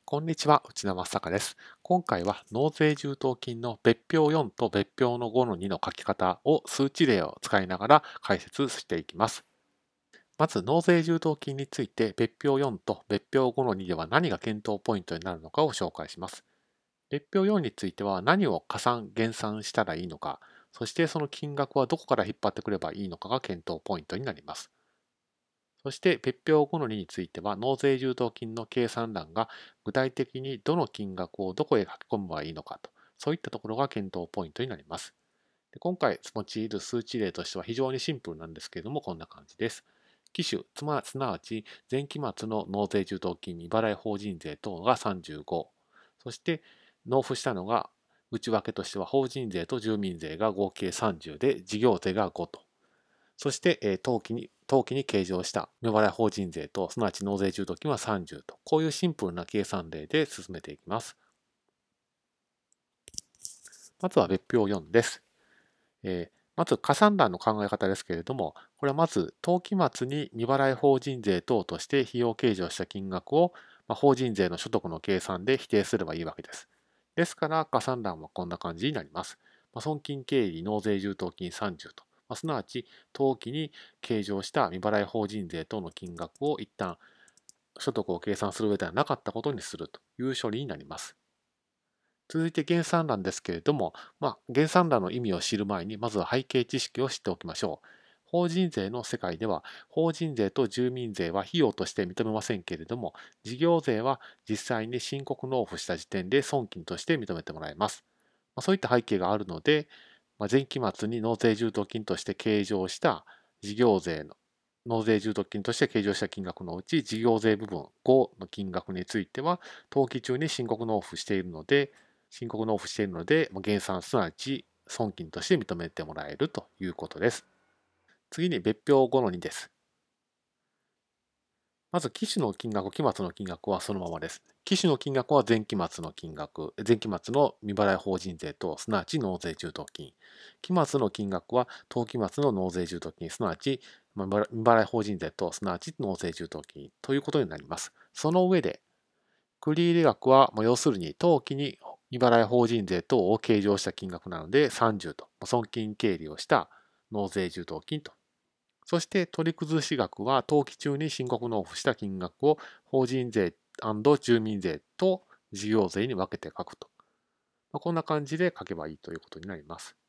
こんにちは、内田正孝です。今回は納税充当金の別表4と別表の5の2の書き方を数値例を使いながら解説していきます。まず納税充当金について別表4と別表5の2では何が検討ポイントになるのかを紹介します。別表4については何を加算・減算したらいいのか、そしてその金額はどこから引っ張ってくればいいのかが検討ポイントになります。そして別表5の2については納税充当金の計算欄が具体的にどの金額をどこへ書き込めばいいのかと、そういったところが検討ポイントになります。で今回用いる数値例としては非常にシンプルなんですけれども、こんな感じです。期首、すなわち前期末の納税充当金未払い法人税等が35、そして納付したのが内訳としては法人税と住民税が合計30で事業税が5と。そして、当期に計上した未払い法人税と、すなわち納税充当金は30と、こういうシンプルな計算例で進めていきます。まずは別表4です。まず加算欄の考え方ですけれども、これはまず当期末に未払い法人税等として費用計上した金額を、法人税の所得の計算で否定すればいいわけです。ですから加算欄はこんな感じになります。損金経理納税充当金30と、すなわち当期に計上した未払い法人税等の金額を一旦所得を計算する上ではなかったことにするという処理になります。続いて減算欄ですけれども、減算欄の意味を知る前に、まずは背景知識を知っておきましょう。法人税の世界では、法人税と住民税は費用として認めませんけれども、事業税は実際に申告納付した時点で損金として認めてもらえます。そういった背景があるので、前期末に納税充当金として計上した事業税の納税充当金として計上した金額のうち、事業税部分5の金額については、当期中に申告納付しているので、減算すなわち損金として認めてもらえるということです。次に別表5の2です。まず、期首の金額、期末の金額はそのままです。期首の金額は前期末の金額、前期末の未払い法人税と、すなわち納税充当金。期末の金額は当期末の納税充当金、すなわち未払い法人税と、すなわち納税充当金ということになります。その上で、繰入額は、要するに当期に未払い法人税等を計上した金額なので30と、損金経理をした納税充当金と。そして取り崩し額は当期中に申告納付した金額を法人税住民税と事業税に分けて書くと。こんな感じで書けばいいということになります。